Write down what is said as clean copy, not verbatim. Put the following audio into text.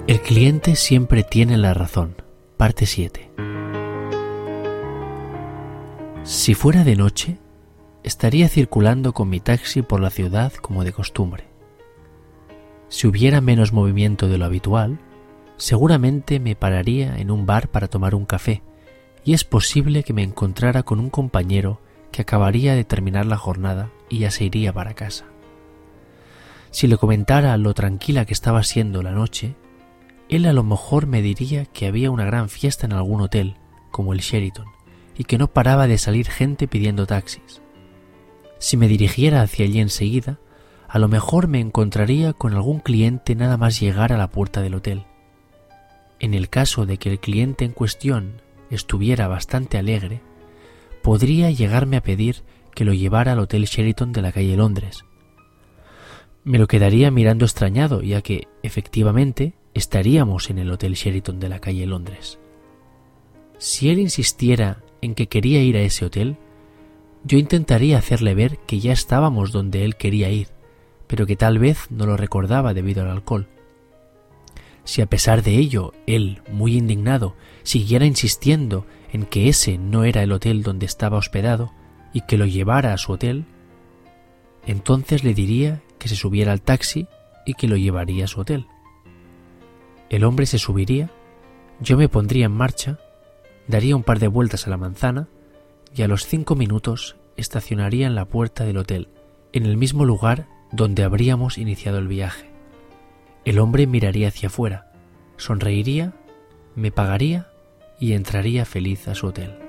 El cliente siempre tiene la razón. Parte 7. Si fuera de noche, estaría circulando con mi taxi por la ciudad como de costumbre. Si hubiera menos movimiento de lo habitual, seguramente me pararía en un bar para tomar un café, y es posible que me encontrara con un compañero que acabaría de terminar la jornada y ya se iría para casa. Si le comentara lo tranquila que estaba siendo la noche, él a lo mejor me diría que había una gran fiesta en algún hotel, como el Sheraton, y que no paraba de salir gente pidiendo taxis. Si me dirigiera hacia allí enseguida, a lo mejor me encontraría con algún cliente nada más llegar a la puerta del hotel. En el caso de que el cliente en cuestión estuviera bastante alegre, podría llegarme a pedir que lo llevara al Hotel Sheraton de la calle Londres. Me lo quedaría mirando extrañado, ya que, efectivamente, estaríamos en el Hotel Sheraton de la calle Londres. Si él insistiera en que quería ir a ese hotel, yo intentaría hacerle ver que ya estábamos donde él quería ir, pero que tal vez no lo recordaba debido al alcohol. Si a pesar de ello, él, muy indignado, siguiera insistiendo en que ese no era el hotel donde estaba hospedado y que lo llevara a su hotel, entonces le diría que se subiera al taxi y que lo llevaría a su hotel. El hombre se subiría, yo me pondría en marcha, daría un par de vueltas a la manzana y a los 5 minutos estacionaría en la puerta del hotel, en el mismo lugar donde habríamos iniciado el viaje. El hombre miraría hacia afuera, sonreiría, me pagaría y entraría feliz a su hotel.